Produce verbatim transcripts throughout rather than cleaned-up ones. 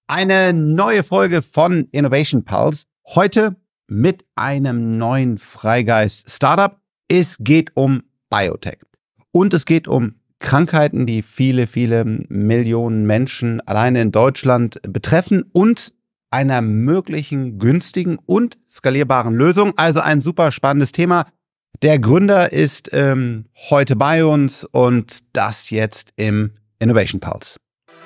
Eine neue Folge von Innovation Pulse. Heute mit einem neuen Freigeist-Startup. Es geht um Biotech. Und es geht um Krankheiten, die viele, viele Millionen Menschen alleine in Deutschland betreffen und einer möglichen günstigen und skalierbaren Lösung. Also ein super spannendes Thema. Der Gründer ist ähm, heute bei uns und das jetzt im Innovation Pulse.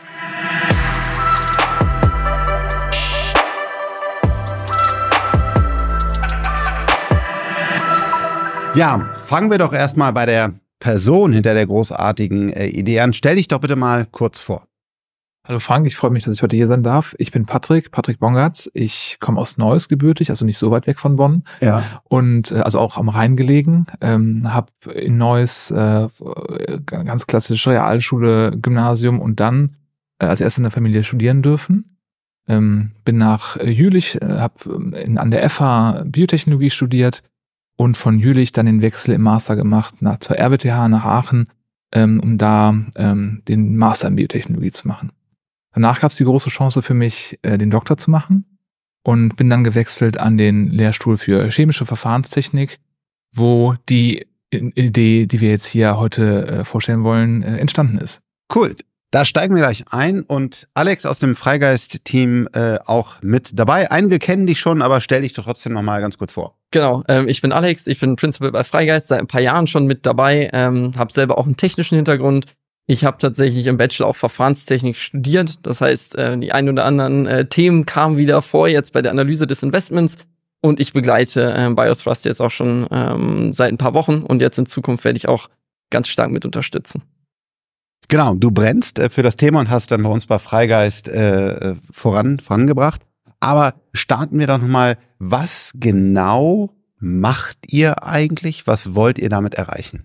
Ja, fangen wir doch erstmal bei der Person hinter der großartigen äh, Idee an. Stell dich doch bitte mal kurz vor. Hallo Frank, ich freue mich, dass ich heute hier sein darf. Ich bin Patrick, Patrick Bongartz. Ich komme aus Neuss gebürtig, also nicht so weit weg von Bonn. Ja. Und äh, also auch am Rhein gelegen. Ähm, habe in Neuss äh, ganz klassisch Realschule, Gymnasium und dann äh, als erstes in der Familie studieren dürfen. Ähm, bin nach äh, Jülich, äh, habe an der F H Biotechnologie studiert. Und von Jülich dann den Wechsel im Master gemacht nach, zur R W T H nach Aachen, ähm, um da ähm, den Master in Biotechnologie zu machen. Danach gab es die große Chance für mich, äh, den Doktor zu machen und bin dann gewechselt an den Lehrstuhl für chemische Verfahrenstechnik, wo die Idee, die wir jetzt hier heute äh, vorstellen wollen, äh, entstanden ist. Cool. Da steigen wir gleich ein und Alex aus dem Freigeist-Team äh, auch mit dabei. Einige kennen dich schon, aber stell dich doch trotzdem noch mal ganz kurz vor. Genau, ähm, ich bin Alex, ich bin Principal bei Freigeist, seit ein paar Jahren schon mit dabei, ähm, habe selber auch einen technischen Hintergrund. Ich habe tatsächlich im Bachelor auch Verfahrenstechnik studiert, das heißt, äh, die ein oder anderen äh, Themen kamen wieder vor jetzt bei der Analyse des Investments und ich begleite äh, Biothrust jetzt auch schon ähm, seit ein paar Wochen und jetzt in Zukunft werde ich auch ganz stark mit unterstützen. Genau, du brennst äh, für das Thema und hast dann bei uns bei Freigeist äh, voran, vorangebracht. Aber starten wir doch nochmal, was genau macht ihr eigentlich? Was wollt ihr damit erreichen?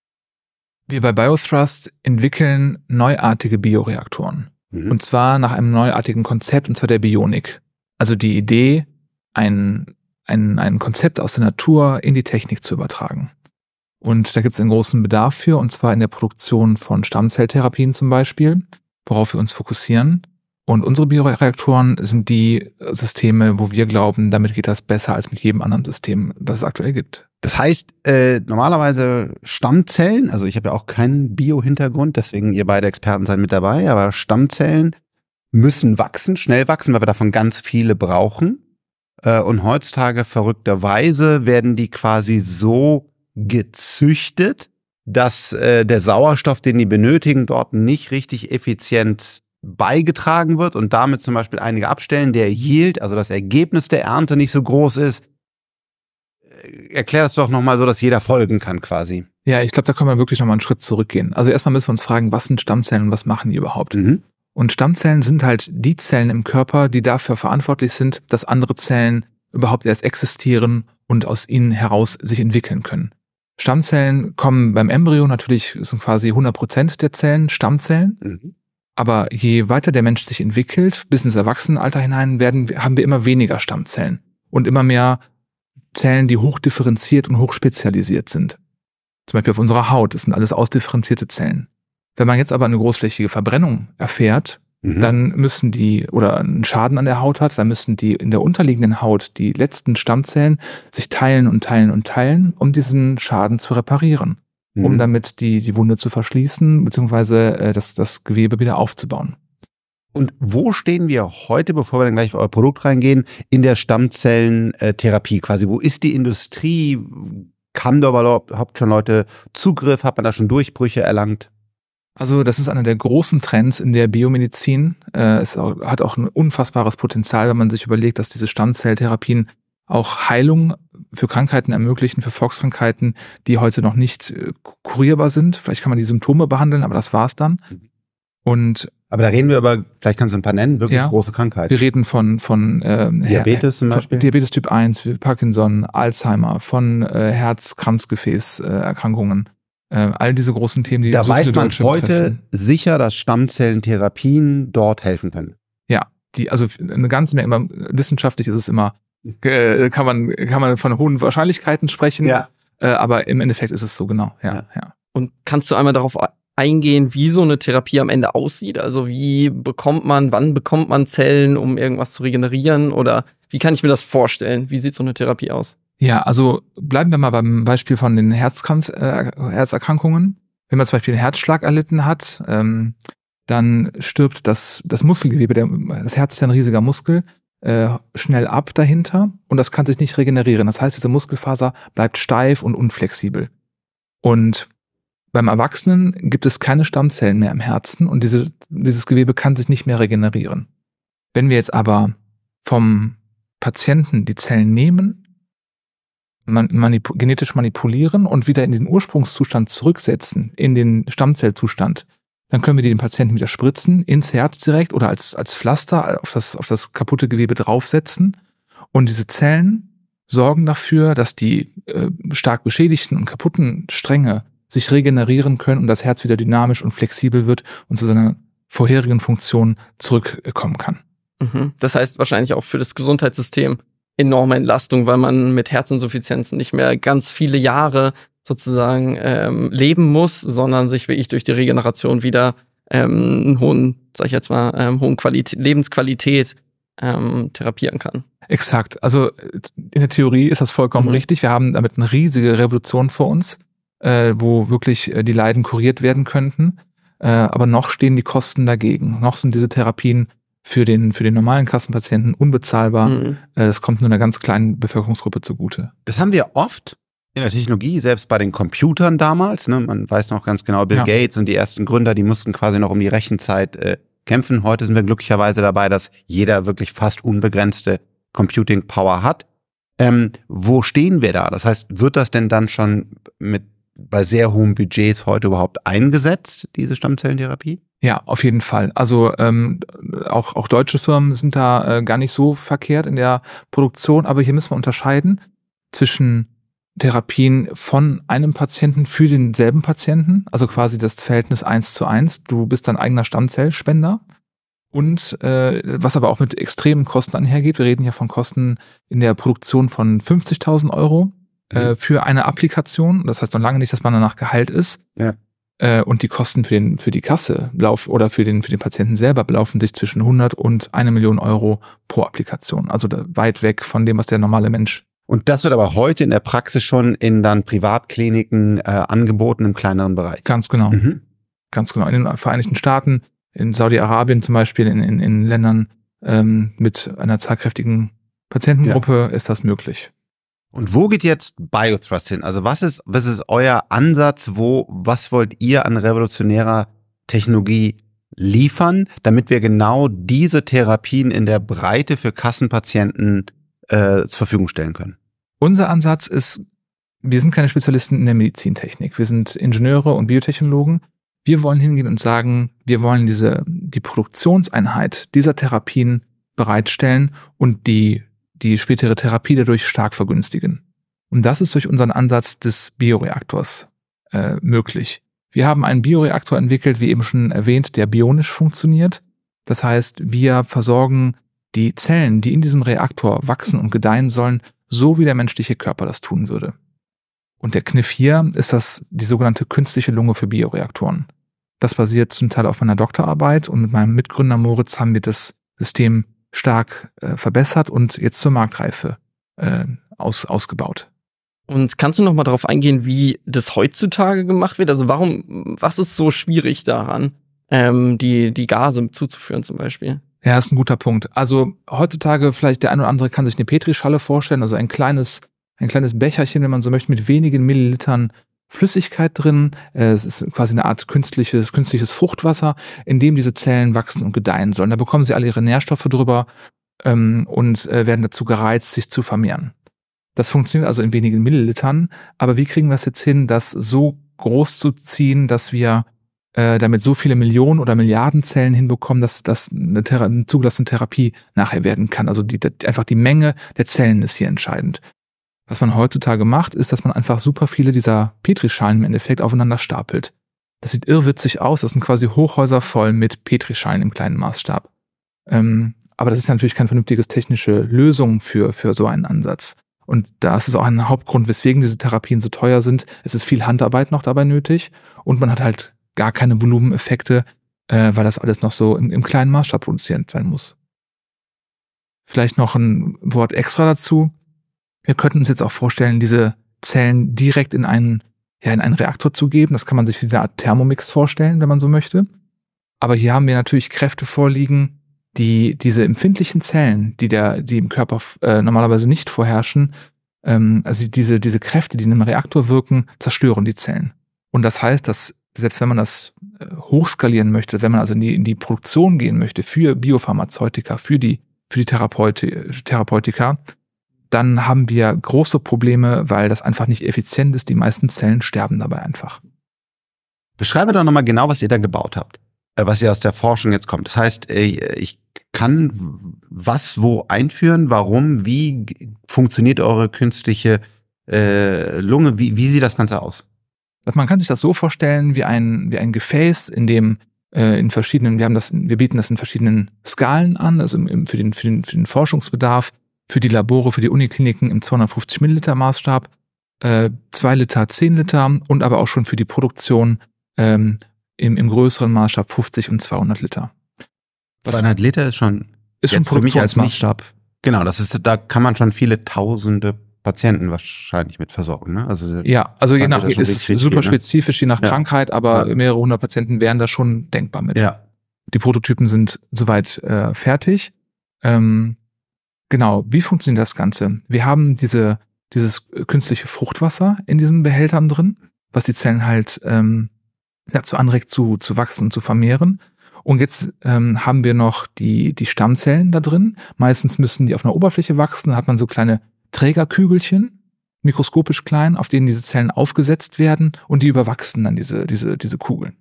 Wir bei Biothrust entwickeln neuartige Bioreaktoren. Mhm. Und zwar nach einem neuartigen Konzept, und zwar der Bionik. Also die Idee, ein, ein, ein Konzept aus der Natur in die Technik zu übertragen. Und da gibt es einen großen Bedarf für, und zwar in der Produktion von Stammzelltherapien zum Beispiel, worauf wir uns fokussieren. Und unsere Bioreaktoren sind die Systeme, wo wir glauben, damit geht das besser als mit jedem anderen System, das es aktuell gibt. Das heißt, äh, normalerweise Stammzellen, also ich habe ja auch keinen Bio-Hintergrund, deswegen ihr beide Experten seid mit dabei, aber Stammzellen müssen wachsen, schnell wachsen, weil wir davon ganz viele brauchen. Äh, und heutzutage verrückterweise werden die quasi so gezüchtet, dass äh, der Sauerstoff, den die benötigen, dort nicht richtig effizient beigetragen wird und damit zum Beispiel einige abstellen, der Yield, also das Ergebnis der Ernte nicht so groß ist. Erklär das doch nochmal so, dass jeder folgen kann quasi. Ja, ich glaube, da können wir wirklich nochmal einen Schritt zurückgehen. Also erstmal müssen wir uns fragen, was sind Stammzellen und was machen die überhaupt? Mhm. Und Stammzellen sind halt die Zellen im Körper, die dafür verantwortlich sind, dass andere Zellen überhaupt erst existieren und aus ihnen heraus sich entwickeln können. Stammzellen kommen beim Embryo natürlich, sind quasi hundert Prozent der Zellen Stammzellen. Mhm. Aber je weiter der Mensch sich entwickelt, bis ins Erwachsenenalter hinein, werden, haben wir immer weniger Stammzellen und immer mehr Zellen, die hochdifferenziert und hochspezialisiert sind. Zum Beispiel auf unserer Haut, das sind alles ausdifferenzierte Zellen. Wenn man jetzt aber eine großflächige Verbrennung erfährt, mhm. dann müssen die, oder einen Schaden an der Haut hat, dann müssen die in der unterliegenden Haut, die letzten Stammzellen, sich teilen und teilen und teilen, um diesen Schaden zu reparieren. Mhm. Um damit die, die Wunde zu verschließen, beziehungsweise äh, das, das Gewebe wieder aufzubauen. Und wo stehen wir heute, bevor wir dann gleich auf euer Produkt reingehen, in der Stammzellentherapie quasi? Wo ist die Industrie? Kann da überhaupt schon Leute Zugriff? Hat man da schon Durchbrüche erlangt? Also das ist einer der großen Trends in der Biomedizin. Äh, es hat auch ein unfassbares Potenzial, wenn man sich überlegt, dass diese Stammzelltherapien auch Heilung für Krankheiten ermöglichen, für Volkskrankheiten, die heute noch nicht äh, kurierbar sind. Vielleicht kann man die Symptome behandeln, aber das war's dann. Und aber da reden wir über, vielleicht kannst du ein paar nennen, wirklich ja, große Krankheiten. Wir reden von von ähm, Diabetes zum Beispiel, Diabetes Typ eins, Parkinson, Alzheimer, von äh, Herz-Kranzgefäß-Erkrankungen. Äh, all diese großen Themen, die da so weiß man heute betreffen. Sicher, dass Stammzellentherapien dort helfen können. Ja, die also eine ganze Menge. Immer, wissenschaftlich ist es immer, äh, kann man kann man von hohen Wahrscheinlichkeiten sprechen. Ja. Äh, aber im Endeffekt ist es so genau. Ja, ja. ja. Und kannst du einmal darauf eingehen, wie so eine Therapie am Ende aussieht? Also wie bekommt man, wann bekommt man Zellen, um irgendwas zu regenerieren? Oder wie kann ich mir das vorstellen? Wie sieht so eine Therapie aus? Ja, also bleiben wir mal beim Beispiel von den Herzkranz- äh, Herzerkrankungen. Wenn man zum Beispiel einen Herzschlag erlitten hat, ähm, dann stirbt das, das Muskelgewebe, der, das Herz ist ja ein riesiger Muskel, äh, schnell ab dahinter und das kann sich nicht regenerieren. Das heißt, diese Muskelfaser bleibt steif und unflexibel. Und beim Erwachsenen gibt es keine Stammzellen mehr im Herzen und diese, dieses Gewebe kann sich nicht mehr regenerieren. Wenn wir jetzt aber vom Patienten die Zellen nehmen, man, manip- genetisch manipulieren und wieder in den Ursprungszustand zurücksetzen, in den Stammzellzustand, dann können wir die den Patienten wieder spritzen, ins Herz direkt oder als, als Pflaster auf das, auf das kaputte Gewebe draufsetzen. Und diese Zellen sorgen dafür, dass die äh, stark beschädigten und kaputten Stränge sich regenerieren können und das Herz wieder dynamisch und flexibel wird und zu seiner vorherigen Funktion zurückkommen kann. Mhm. Das heißt wahrscheinlich auch für das Gesundheitssystem enorme Entlastung, weil man mit Herzinsuffizienzen nicht mehr ganz viele Jahre sozusagen ähm, leben muss, sondern sich wirklich durch die Regeneration wieder ähm, einen hohen, sag ich jetzt mal, ähm, hohen Qualität, Lebensqualität ähm, therapieren kann. Exakt. Also in der Theorie ist das vollkommen mhm. richtig. Wir haben damit eine riesige Revolution vor uns, äh, wo wirklich äh, die Leiden kuriert werden könnten. Äh, aber noch stehen die Kosten dagegen. Noch sind diese Therapien für den, für den normalen Kassenpatienten unbezahlbar. Mhm. Das kommt nur einer ganz kleinen Bevölkerungsgruppe zugute. Das haben wir oft in der Technologie, selbst bei den Computern damals. Ne? Man weiß noch ganz genau, Bill ja. Gates und die ersten Gründer, die mussten quasi noch um die Rechenzeit äh, kämpfen. Heute sind wir glücklicherweise dabei, dass jeder wirklich fast unbegrenzte Computing Power hat. Ähm, wo stehen wir da? Das heißt, wird das denn dann schon mit bei sehr hohen Budgets heute überhaupt eingesetzt, diese Stammzellentherapie? Ja, auf jeden Fall. Also ähm, auch auch deutsche Firmen sind da äh, gar nicht so verkehrt in der Produktion, aber hier müssen wir unterscheiden zwischen Therapien von einem Patienten für denselben Patienten, also quasi das Verhältnis eins zu eins, du bist dein eigener Stammzellspender, und äh, was aber auch mit extremen Kosten einhergeht. Wir reden ja von Kosten in der Produktion von fünfzigtausend Euro mhm. äh, für eine Applikation. Das heißt noch lange nicht, dass man danach geheilt ist. Ja. Und die Kosten für den für die Kasse lauf, oder für den für den Patienten selber belaufen sich zwischen hundert und eine Million Euro pro Applikation. Also weit weg von dem, was der normale Mensch. Und das wird aber heute in der Praxis schon in dann Privatkliniken äh, angeboten im kleineren Bereich. Ganz genau. Mhm. Ganz genau. In den Vereinigten Staaten, in Saudi-Arabien zum Beispiel, in, in, in Ländern ähm, mit einer zahlkräftigen Patientengruppe ja. ist das möglich. Und wo geht jetzt BioThrust hin? Also was ist, was ist euer Ansatz? Wo, was wollt ihr an revolutionärer Technologie liefern, damit wir genau diese Therapien in der Breite für Kassenpatienten äh, zur Verfügung stellen können? Unser Ansatz ist, wir sind keine Spezialisten in der Medizintechnik. Wir sind Ingenieure und Biotechnologen. Wir wollen hingehen und sagen, wir wollen diese, die Produktionseinheit dieser Therapien bereitstellen und die die spätere Therapie dadurch stark vergünstigen. Und das ist durch unseren Ansatz des Bioreaktors äh, möglich. Wir haben einen Bioreaktor entwickelt, wie eben schon erwähnt, der bionisch funktioniert. Das heißt, wir versorgen die Zellen, die in diesem Reaktor wachsen und gedeihen sollen, so wie der menschliche Körper das tun würde. Und der Kniff hier ist das die sogenannte künstliche Lunge für Bioreaktoren. Das basiert zum Teil auf meiner Doktorarbeit und mit meinem Mitgründer Moritz haben wir das System stark äh, verbessert und jetzt zur Marktreife äh, aus, ausgebaut. Und kannst du noch mal darauf eingehen, wie das heutzutage gemacht wird? Also warum, was ist so schwierig daran, ähm, die, die Gase zuzuführen zum Beispiel? Ja, ist ein guter Punkt. Also heutzutage vielleicht der ein oder andere kann sich eine Petrischale vorstellen, also ein kleines, ein kleines Becherchen, wenn man so möchte, mit wenigen Millilitern Flüssigkeit drin. Es ist quasi eine Art künstliches, künstliches Fruchtwasser, in dem diese Zellen wachsen und gedeihen sollen. Da bekommen sie alle ihre Nährstoffe drüber ähm, und äh, werden dazu gereizt, sich zu vermehren. Das funktioniert also in wenigen Millilitern. Aber wie kriegen wir es jetzt hin, das so groß zu ziehen, dass wir äh, damit so viele Millionen oder Milliarden Zellen hinbekommen, dass das eine, Thera- eine zugelassene Therapie nachher werden kann? Also die, die, einfach die Menge der Zellen ist hier entscheidend. Was man heutzutage macht, ist, dass man einfach super viele dieser Petrischalen im Endeffekt aufeinander stapelt. Das sieht irrwitzig aus. Das sind quasi Hochhäuser voll mit Petrischalen im kleinen Maßstab. Ähm, aber das ist natürlich keine vernünftige technische Lösung für, für so einen Ansatz. Und da ist es auch ein Hauptgrund, weswegen diese Therapien so teuer sind. Es ist viel Handarbeit noch dabei nötig und man hat halt gar keine Volumeneffekte, äh, weil das alles noch so im, im kleinen Maßstab produziert sein muss. Vielleicht noch ein Wort extra dazu. Wir könnten uns jetzt auch vorstellen, diese Zellen direkt in einen, ja, in einen Reaktor zu geben. Das kann man sich wie eine Art Thermomix vorstellen, wenn man so möchte. Aber hier haben wir natürlich Kräfte vorliegen, die diese empfindlichen Zellen, die der, die im Körper äh, normalerweise nicht vorherrschen, ähm, also diese, diese Kräfte, die in einem Reaktor wirken, zerstören die Zellen. Und das heißt, dass selbst wenn man das äh, hochskalieren möchte, wenn man also in die, in die Produktion gehen möchte für Biopharmazeutika, für die für die Therapeuti- Therapeutika, dann haben wir große Probleme, weil das einfach nicht effizient ist. Die meisten Zellen sterben dabei einfach. Beschreibe doch nochmal genau, was ihr da gebaut habt, was ihr aus der Forschung jetzt kommt. Das heißt, ich kann was wo einführen, warum, wie funktioniert eure künstliche äh, Lunge, wie, wie sieht das Ganze aus? Man kann sich das so vorstellen wie ein, wie ein Gefäß, in dem in verschiedenen, wir haben das, wir bieten das in verschiedenen Skalen an, also im, für den, für den, für den Forschungsbedarf, für die Labore, für die Unikliniken im zweihundertfünfzig Milliliter Maßstab, äh, zwei Liter, zehn Liter und aber auch schon für die Produktion ähm, im, im größeren Maßstab fünfzig und zweihundert Liter. Was zweihundert Liter ist schon, ist schon Produktionsmaßstab. Genau, das ist, da kann man schon viele Tausende Patienten wahrscheinlich mit versorgen, ne? Also ja, also je nach, ist es super viel, spezifisch, je nach ja. Krankheit, aber ja. mehrere hundert Patienten wären da schon denkbar mit. Ja. Die Prototypen sind soweit äh, fertig. Ähm, genau, wie funktioniert das Ganze? Wir haben diese dieses künstliche Fruchtwasser in diesen Behältern drin, was die Zellen halt ähm, dazu anregt, zu zu wachsen, zu vermehren. Und jetzt ähm, haben wir noch die die Stammzellen da drin. Meistens müssen die auf einer Oberfläche wachsen, da hat man so kleine Trägerkügelchen, mikroskopisch klein, auf denen diese Zellen aufgesetzt werden und die überwachsen dann diese, diese, diese Kugeln.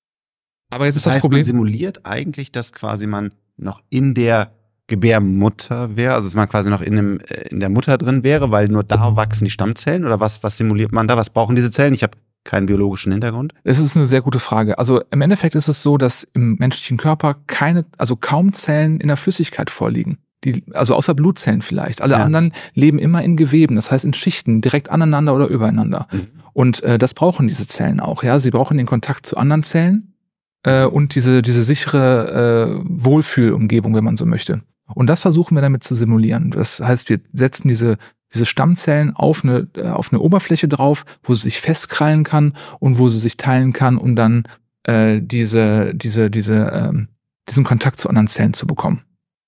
Aber jetzt das ist das heißt, Problem. Man simuliert eigentlich, dass quasi man noch in der Gebärmutter wäre, also dass man quasi noch in, dem, in der Mutter drin wäre, weil nur da wachsen die Stammzellen oder was, was simuliert man da? Was brauchen diese Zellen? Ich habe keinen biologischen Hintergrund. Das ist eine sehr gute Frage. Also im Endeffekt ist es so, dass im menschlichen Körper keine, also kaum Zellen in der Flüssigkeit vorliegen. Die, also außer Blutzellen vielleicht. Alle ja. anderen leben immer in Geweben, das heißt in Schichten, direkt aneinander oder übereinander. Mhm. Und äh, das brauchen diese Zellen auch. Ja, sie brauchen den Kontakt zu anderen Zellen äh, und diese diese sichere äh, Wohlfühlumgebung, wenn man so möchte. Und das versuchen wir damit zu simulieren. Das heißt, wir setzen diese diese Stammzellen auf eine äh, auf eine Oberfläche drauf, wo sie sich festkrallen kann und wo sie sich teilen kann, um dann äh, diese diese diese äh, diesen Kontakt zu anderen Zellen zu bekommen.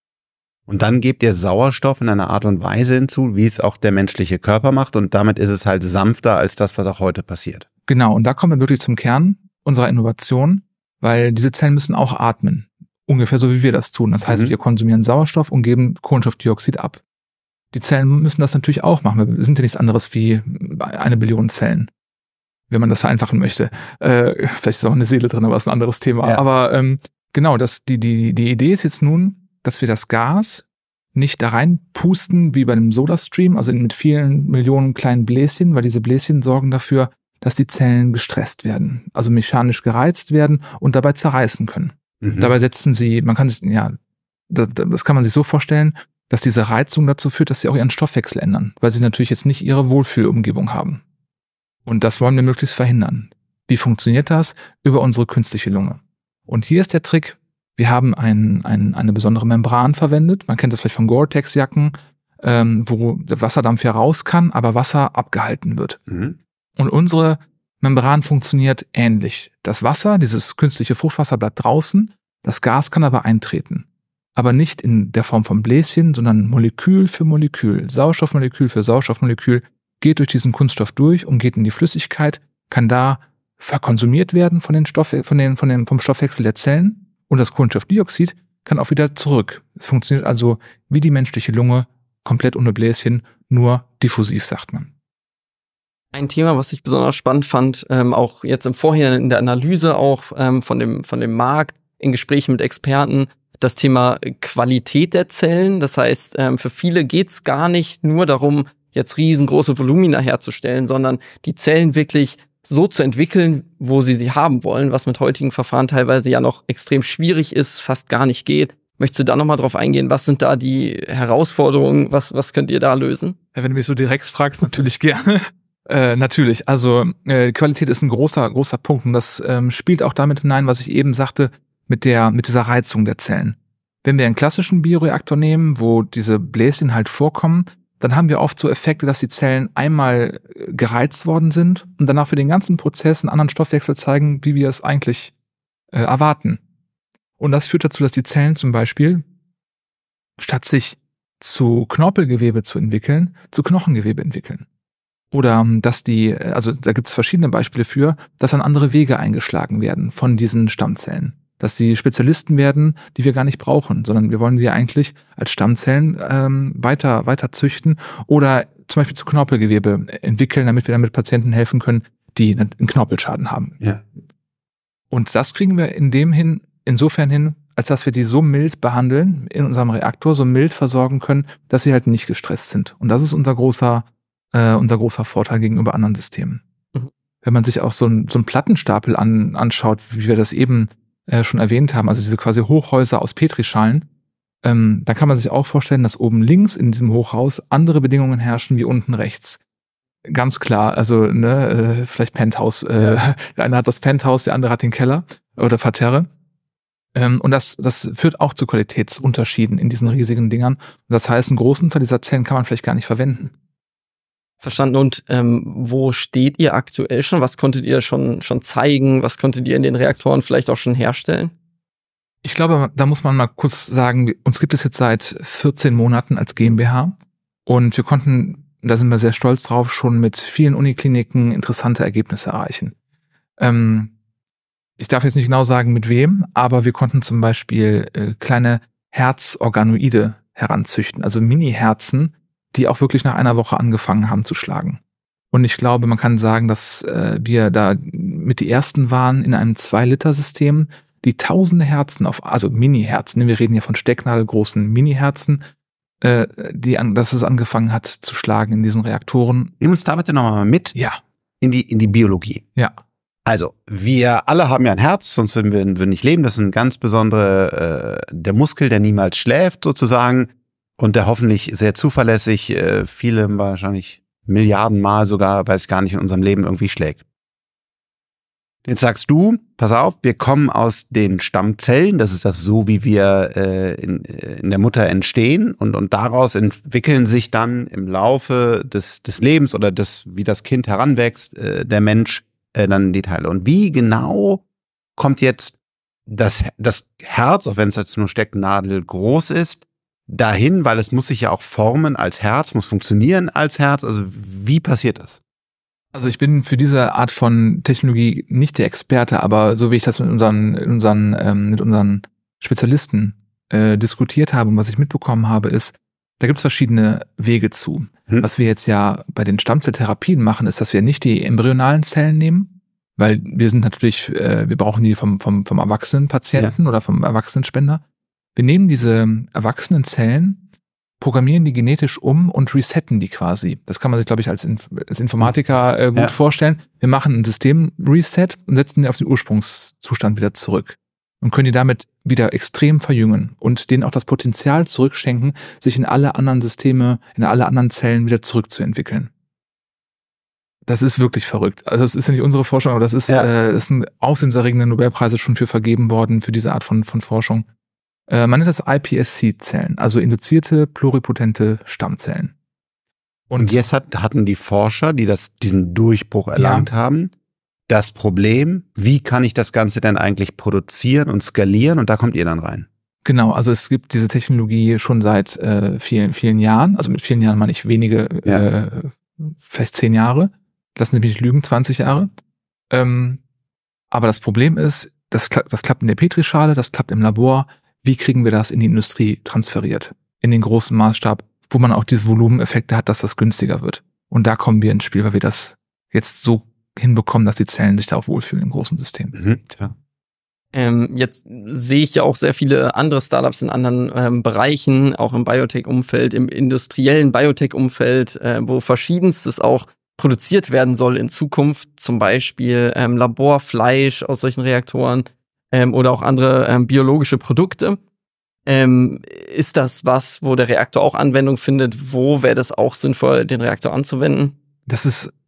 Und dann gebt ihr Sauerstoff in einer Art und Weise hinzu, wie es auch der menschliche Körper macht. Und damit ist es halt sanfter als das, was auch heute passiert. Genau, und da kommen wir wirklich zum Kern unserer Innovation, weil diese Zellen müssen auch atmen. Ungefähr so, wie wir das tun. Das heißt, mhm. wir konsumieren Sauerstoff und geben Kohlenstoffdioxid ab. Die Zellen müssen das natürlich auch machen. Wir sind ja nichts anderes wie eine Billion Zellen, wenn man das vereinfachen möchte. Äh, vielleicht ist auch eine Seele drin, aber ist ein anderes Thema. Ja. Aber ähm, genau, das, die, die, die Idee ist jetzt nun, dass wir das Gas nicht da reinpusten wie bei einem Sodastream, also mit vielen Millionen kleinen Bläschen, weil diese Bläschen sorgen dafür, dass die Zellen gestresst werden, also mechanisch gereizt werden und dabei zerreißen können. Mhm. Dabei setzen sie, man kann sich, ja, das, das kann man sich so vorstellen, dass diese Reizung dazu führt, dass sie auch ihren Stoffwechsel ändern, weil sie natürlich jetzt nicht ihre Wohlfühlumgebung haben. Und das wollen wir möglichst verhindern. Wie funktioniert das? Über unsere künstliche Lunge. Und hier ist der Trick. Wir haben ein, ein, eine besondere Membran verwendet. Man kennt das vielleicht von Gore-Tex-Jacken, ähm, wo der Wasserdampf ja raus kann, aber Wasser abgehalten wird. Mhm. Und unsere Membran funktioniert ähnlich. Das Wasser, dieses künstliche Fruchtwasser bleibt draußen, das Gas kann aber eintreten. Aber nicht in der Form von Bläschen, sondern Molekül für Molekül, Sauerstoffmolekül für Sauerstoffmolekül, geht durch diesen Kunststoff durch und geht in die Flüssigkeit, kann da verkonsumiert werden von den Stoff, von den, von den, vom Stoffwechsel der Zellen. Und das Kohlenstoffdioxid kann auch wieder zurück. Es funktioniert also wie die menschliche Lunge, komplett ohne Bläschen, nur diffusiv, sagt man. Ein Thema, was ich besonders spannend fand, ähm, auch jetzt im Vorhinein in der Analyse auch ähm, von dem von dem Markt, in Gesprächen mit Experten, das Thema Qualität der Zellen. Das heißt, ähm, für viele geht's gar nicht nur darum, jetzt riesengroße Volumina herzustellen, sondern die Zellen wirklich so zu entwickeln, wo sie sie haben wollen, was mit heutigen Verfahren teilweise ja noch extrem schwierig ist, fast gar nicht geht. Möchtest du da nochmal drauf eingehen? Was sind da die Herausforderungen? Was, was könnt ihr da lösen? Ja, wenn du mich so direkt fragst, natürlich gerne. Äh, natürlich, also äh, Qualität ist ein großer, großer Punkt und das ähm, spielt auch damit hinein, was ich eben sagte, mit der, mit dieser Reizung der Zellen. Wenn wir einen klassischen Bioreaktor nehmen, wo diese Bläschen halt vorkommen, dann haben wir oft so Effekte, dass die Zellen einmal gereizt worden sind und danach für den ganzen Prozess einen anderen Stoffwechsel zeigen, wie wir es eigentlich äh, erwarten. Und das führt dazu, dass die Zellen zum Beispiel, statt sich zu Knorpelgewebe zu entwickeln, zu Knochengewebe entwickeln. Oder dass die, also da gibt es verschiedene Beispiele für, dass dann andere Wege eingeschlagen werden von diesen Stammzellen. Dass die Spezialisten werden, die wir gar nicht brauchen, sondern wir wollen sie eigentlich als Stammzellen ähm, weiter, weiter züchten oder zum Beispiel zu Knorpelgewebe entwickeln, damit wir damit Patienten helfen können, die einen Knorpelschaden haben. Ja. Und das kriegen wir in dem hin, insofern hin, als dass wir die so mild behandeln in unserem Reaktor, so mild versorgen können, dass sie halt nicht gestresst sind. Und das ist unser großer Äh, unser großer Vorteil gegenüber anderen Systemen. Mhm. Wenn man sich auch so, ein, so einen Plattenstapel an, anschaut, wie wir das eben äh, schon erwähnt haben, also diese quasi Hochhäuser aus Petrischalen, ähm, da kann man sich auch vorstellen, dass oben links in diesem Hochhaus andere Bedingungen herrschen wie unten rechts. Ganz klar, also ne, äh, vielleicht Penthouse. Äh, ja. Der eine hat das Penthouse, der andere hat den Keller oder Parterre. Ähm, und das, das führt auch zu Qualitätsunterschieden in diesen riesigen Dingern. Und das heißt, einen großen Teil dieser Zellen kann man vielleicht gar nicht verwenden. Verstanden. Und ähm, wo steht ihr aktuell schon? Was konntet ihr schon schon zeigen? Was konntet ihr in den Reaktoren vielleicht auch schon herstellen? Ich glaube, da muss man mal kurz sagen, uns gibt es jetzt seit vierzehn Monaten als GmbH und wir konnten, da sind wir sehr stolz drauf, schon mit vielen Unikliniken interessante Ergebnisse erreichen. Ähm, ich darf jetzt nicht genau sagen, mit wem, aber wir konnten zum Beispiel äh, kleine Herzorganoide heranzüchten, also Mini-Herzen, die auch wirklich nach einer Woche angefangen haben zu schlagen. Und ich glaube, man kann sagen, dass äh, wir da mit die ersten waren in einem zwei Liter System, die tausende Herzen auf, also Mini-Herzen, wir reden ja von stecknadelgroßen Mini-Herzen, äh, die an, dass es angefangen hat zu schlagen in diesen Reaktoren. Nimm uns da bitte nochmal mit ja. in die in die Biologie. Ja. Also, wir alle haben ja ein Herz, sonst würden wir, würden nicht leben. Das ist ein ganz besondere, äh, der Muskel, der niemals schläft sozusagen. Und der hoffentlich sehr zuverlässig, äh, viele wahrscheinlich Milliarden Mal sogar, weiß ich gar nicht, in unserem Leben irgendwie schlägt. Jetzt sagst du, pass auf, wir kommen aus den Stammzellen, das ist das so, wie wir äh, in, in der Mutter entstehen und, und daraus entwickeln sich dann im Laufe des, des Lebens oder des, wie das Kind heranwächst, äh, der Mensch, äh, dann die Teile. Und wie genau kommt jetzt das, das Herz, auch wenn es jetzt nur Stecknadel groß ist, dahin, weil es muss sich ja auch formen als Herz, muss funktionieren als Herz. Also wie passiert das? Also ich bin für diese Art von Technologie nicht der Experte, aber so wie ich das mit unseren, unseren, ähm, mit unseren Spezialisten äh, diskutiert habe und was ich mitbekommen habe, ist, da gibt es verschiedene Wege zu. Hm. Was wir jetzt ja bei den Stammzelltherapien machen, ist, dass wir nicht die embryonalen Zellen nehmen, weil wir sind natürlich, äh, wir brauchen die vom, vom, vom erwachsenen Patienten ja. oder vom erwachsenen Spender. Wir nehmen diese erwachsenen Zellen, programmieren die genetisch um und resetten die quasi. Das kann man sich, glaube ich, als, Inf- als Informatiker äh, gut ja. vorstellen. Wir machen ein System-Reset und setzen die auf den Ursprungszustand wieder zurück und können die damit wieder extrem verjüngen und denen auch das Potenzial zurückschenken, sich in alle anderen Systeme, in alle anderen Zellen wieder zurückzuentwickeln. Das ist wirklich verrückt. Also es ist ja nicht unsere Forschung, aber das ist, ja. äh, das sind aufsehenserregende Nobelpreise schon für vergeben worden für diese Art von, von Forschung. Man nennt das I P S C-Zellen, also induzierte pluripotente Stammzellen. Und, Und jetzt hat, hatten die Forscher, die das, diesen Durchbruch erlangt ja. haben, das Problem, wie kann ich das Ganze denn eigentlich produzieren und skalieren? Und da kommt ihr dann rein. Genau, also es gibt diese Technologie schon seit äh, vielen, vielen Jahren. Also mit vielen Jahren meine ich wenige, ja. äh, vielleicht zehn Jahre. Lassen Sie mich nicht lügen, zwanzig Jahre. Ähm, aber das Problem ist, das, kla- das klappt in der Petrischale, das klappt im Labor. Wie kriegen wir das in die Industrie transferiert? In den großen Maßstab, wo man auch diese Volumeneffekte hat, dass das günstiger wird. Und da kommen wir ins Spiel, weil wir das jetzt so hinbekommen, dass die Zellen sich da auch wohlfühlen im großen System. Mhm, ja. Ähm, jetzt sehe ich ja auch sehr viele andere Startups in anderen ähm, Bereichen, auch im Biotech-Umfeld, im industriellen Biotech-Umfeld, äh, wo verschiedenstes auch produziert werden soll in Zukunft. Zum Beispiel ähm, Laborfleisch aus solchen Reaktoren. Ähm, oder auch andere ähm, biologische Produkte. Ähm, ist das was, wo der Reaktor auch Anwendung findet? Wo wäre das auch sinnvoll, den Reaktor anzuwenden? Das ist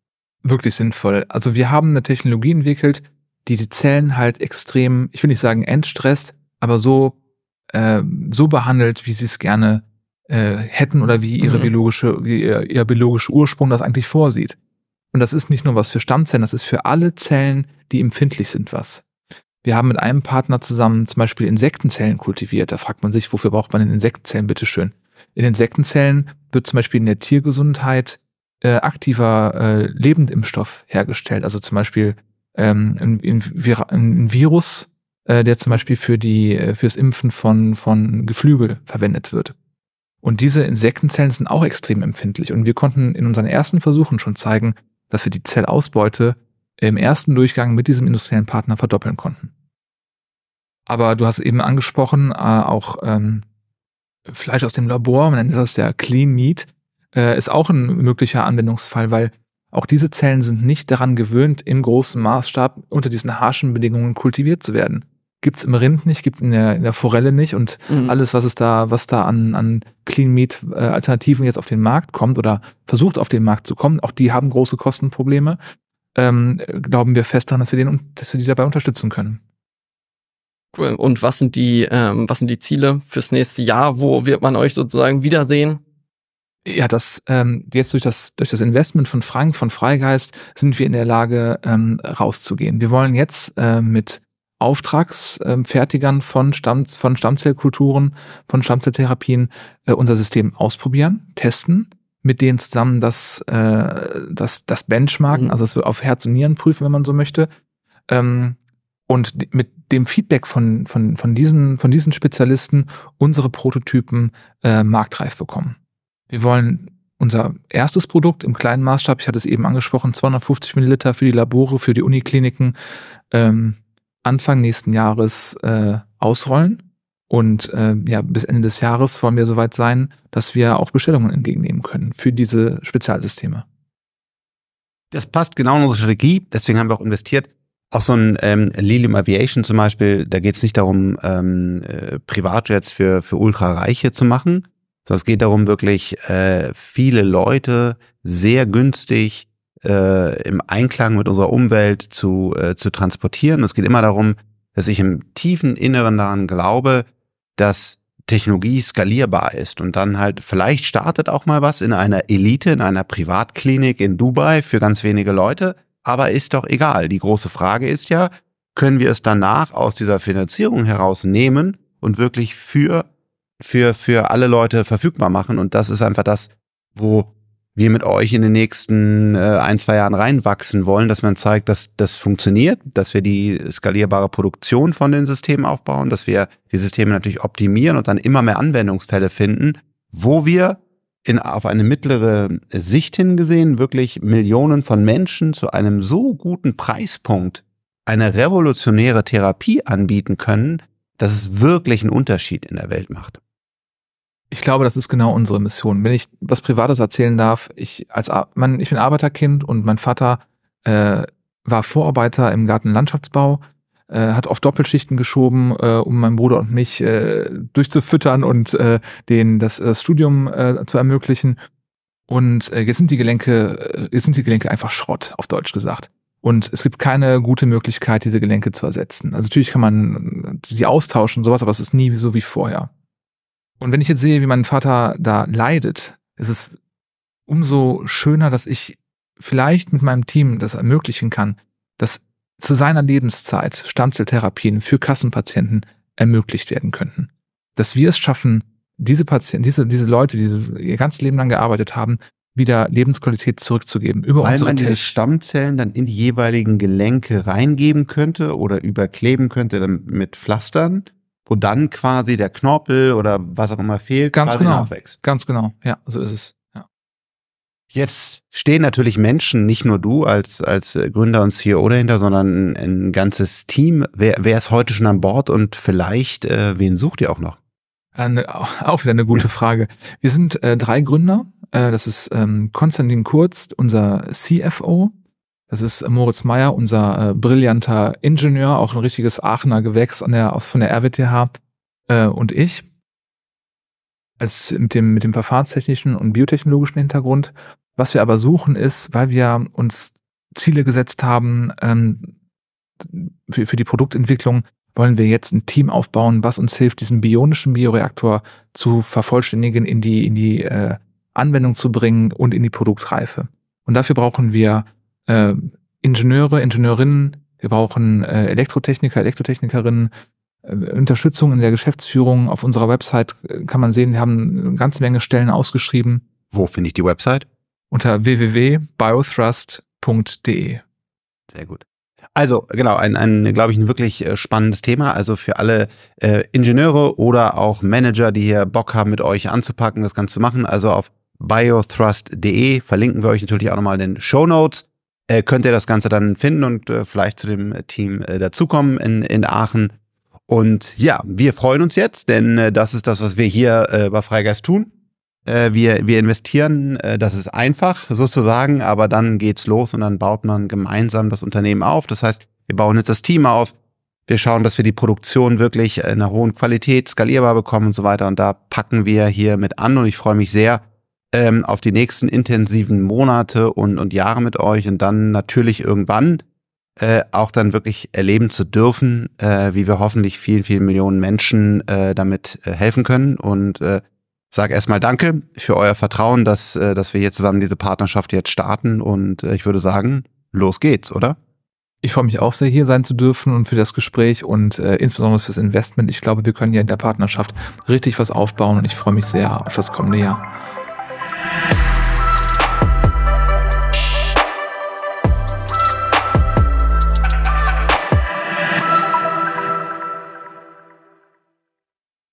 wirklich sinnvoll. Also wir haben eine Technologie entwickelt, die die Zellen halt extrem, ich will nicht sagen entstresst, aber so äh, so behandelt, wie sie es gerne äh, hätten oder wie ihre Mhm. biologische, wie ihr, ihr biologischer Ursprung das eigentlich vorsieht. Und das ist nicht nur was für Stammzellen, das ist für alle Zellen, die empfindlich sind, was. Wir haben mit einem Partner zusammen zum Beispiel Insektenzellen kultiviert. Da fragt man sich, wofür braucht man denn Insektenzellen, bitteschön. In Insektenzellen wird zum Beispiel in der Tiergesundheit äh, aktiver äh, Lebendimpfstoff hergestellt. Also zum Beispiel ähm, ein, ein, Vir- ein Virus, äh, der zum Beispiel für die äh, fürs Impfen von von Geflügel verwendet wird. Und diese Insektenzellen sind auch extrem empfindlich. Und wir konnten in unseren ersten Versuchen schon zeigen, dass wir die Zellausbeute im ersten Durchgang mit diesem industriellen Partner verdoppeln konnten. Aber du hast eben angesprochen, äh, auch ähm, Fleisch aus dem Labor, man nennt das ja Clean Meat, äh, ist auch ein möglicher Anwendungsfall, weil auch diese Zellen sind nicht daran gewöhnt, im großen Maßstab unter diesen harschen Bedingungen kultiviert zu werden. Gibt's im Rind nicht, gibt's in der, in der Forelle nicht und Mhm. alles, was es da, was da an, an Clean Meat äh, Alternativen jetzt auf den Markt kommt oder versucht auf den Markt zu kommen, auch die haben große Kostenprobleme, ähm, glauben wir fest daran, dass wir den, dass wir die dabei unterstützen können. Cool. Und was sind die, ähm, was sind die Ziele fürs nächste Jahr? Wo wird man euch sozusagen wiedersehen? Ja, das ähm, jetzt durch das durch das Investment von Frank von Freigeist sind wir in der Lage ähm, rauszugehen. Wir wollen jetzt äh, mit Auftragsfertigern von Stamm von Stammzellkulturen, von Stammzelltherapien äh, unser System ausprobieren, testen, mit denen zusammen das äh, das das Benchmarken, Mhm. also das wir auf Herz und Nieren prüfen, wenn man so möchte. Ähm, und di- mit dem Feedback von von von diesen von diesen Spezialisten unsere Prototypen äh, marktreif bekommen. Wir wollen unser erstes Produkt im kleinen Maßstab, ich hatte es eben angesprochen, zweihundertfünfzig Milliliter für die Labore, für die Unikliniken, ähm, Anfang nächsten Jahres äh, ausrollen. Und äh, ja, bis Ende des Jahres wollen wir soweit sein, dass wir auch Bestellungen entgegennehmen können für diese Spezialsysteme. Das passt genau in unsere Strategie, deswegen haben wir auch investiert. Auch so ein ähm, Lilium Aviation zum Beispiel, da geht es nicht darum, ähm, äh, Privatjets für, für Ultrareiche zu machen, sondern es geht darum, wirklich äh, viele Leute sehr günstig äh, im Einklang mit unserer Umwelt zu, äh, zu transportieren. Es geht immer darum, dass ich im tiefen Inneren daran glaube, dass Technologie skalierbar ist und dann halt vielleicht startet auch mal was in einer Elite, in einer Privatklinik in Dubai für ganz wenige Leute, aber ist doch egal. Die große Frage ist ja, können wir es danach aus dieser Finanzierung heraus nehmen und wirklich für für für alle Leute verfügbar machen, und das ist einfach das, wo wir mit euch in den nächsten äh, ein, zwei Jahren reinwachsen wollen, dass man zeigt, dass das funktioniert, dass wir die skalierbare Produktion von den Systemen aufbauen, dass wir die Systeme natürlich optimieren und dann immer mehr Anwendungsfälle finden, wo wir in, auf eine mittlere Sicht hingesehen wirklich Millionen von Menschen zu einem so guten Preispunkt eine revolutionäre Therapie anbieten können, dass es wirklich einen Unterschied in der Welt macht. Ich glaube, das ist genau unsere Mission. Wenn ich was Privates erzählen darf, ich als Ar- mein, ich bin Arbeiterkind und mein Vater äh, war Vorarbeiter im Gartenlandschaftsbau, äh, hat oft Doppelschichten geschoben, äh, um meinen Bruder und mich äh, durchzufüttern und äh, denen das, das Studium äh, zu ermöglichen. Und äh, jetzt sind die Gelenke, äh, jetzt sind die Gelenke einfach Schrott, auf Deutsch gesagt. Und es gibt keine gute Möglichkeit, diese Gelenke zu ersetzen. Also natürlich kann man die austauschen und sowas, aber es ist nie so wie vorher. Und wenn ich jetzt sehe, wie mein Vater da leidet, ist es umso schöner, dass ich vielleicht mit meinem Team das ermöglichen kann, dass zu seiner Lebenszeit Stammzelltherapien für Kassenpatienten ermöglicht werden könnten. Dass wir es schaffen, diese Patienten, diese, diese Leute, die ihr ganzes Leben lang gearbeitet haben, wieder Lebensqualität zurückzugeben. Über Weil unsere man diese Tech- Stammzellen dann in die jeweiligen Gelenke reingeben könnte oder überkleben könnte dann mit Pflastern, wo dann quasi der Knorpel oder was auch immer fehlt, Ganz quasi genau. nachwächst. Ganz genau. Ja, so ist es. Ja. Jetzt stehen natürlich Menschen, nicht nur du als als Gründer und C E O dahinter, sondern ein, ein ganzes Team. Wer, wer ist heute schon an Bord und vielleicht, äh, wen sucht ihr auch noch? Eine, auch wieder eine gute Frage. Wir sind äh, drei Gründer. Äh, das ist ähm, Konstantin Kurz, unser C F O. Das ist Moritz Meyer, unser äh, brillanter Ingenieur, auch ein richtiges Aachener Gewächs an der, aus, von der R W T H. Äh, und ich als mit dem, mit dem verfahrenstechnischen und biotechnologischen Hintergrund. Was wir aber suchen ist, weil wir uns Ziele gesetzt haben ähm, für, für die Produktentwicklung, wollen wir jetzt ein Team aufbauen, was uns hilft, diesen bionischen Bioreaktor zu vervollständigen, in die, in die äh, Anwendung zu bringen und in die Produktreife. Und dafür brauchen wir äh, Ingenieure, Ingenieurinnen, wir brauchen äh, Elektrotechniker, Elektrotechnikerinnen, äh, Unterstützung in der Geschäftsführung. Auf unserer Website kann man sehen, wir haben eine ganze Menge Stellen ausgeschrieben. Wo finde ich die Website? Unter w w w punkt biothrust punkt d e. Sehr gut. Also genau, ein, ein glaube ich, ein wirklich äh, spannendes Thema. Also für alle äh, Ingenieure oder auch Manager, die hier Bock haben, mit euch anzupacken, das Ganze zu machen. Also auf biothrust punkt d e verlinken wir euch natürlich auch nochmal in den Shownotes. Äh, könnt ihr das Ganze dann finden und äh, vielleicht zu dem Team äh, dazukommen in, in Aachen. Und ja, wir freuen uns jetzt, denn äh, das ist das, was wir hier äh, bei Freigeist tun. Äh, wir, wir investieren, äh, das ist einfach sozusagen, aber dann geht's los und dann baut man gemeinsam das Unternehmen auf. Das heißt, wir bauen jetzt das Team auf, wir schauen, dass wir die Produktion wirklich in einer hohen Qualität skalierbar bekommen und so weiter. Und da packen wir hier mit an und ich freue mich sehr ähm, auf die nächsten intensiven Monate und, und Jahre mit euch und dann natürlich irgendwann äh, auch dann wirklich erleben zu dürfen, äh, wie wir hoffentlich vielen, vielen Millionen Menschen äh, damit äh, helfen können. Und äh, sage erstmal danke für euer Vertrauen, dass, äh, dass wir hier zusammen diese Partnerschaft jetzt starten. Und äh, ich würde sagen, los geht's, oder? Ich freue mich auch sehr, hier sein zu dürfen und für das Gespräch und äh, insbesondere fürs Investment. Ich glaube, wir können ja in der Partnerschaft richtig was aufbauen und ich freue mich sehr auf das kommende Jahr.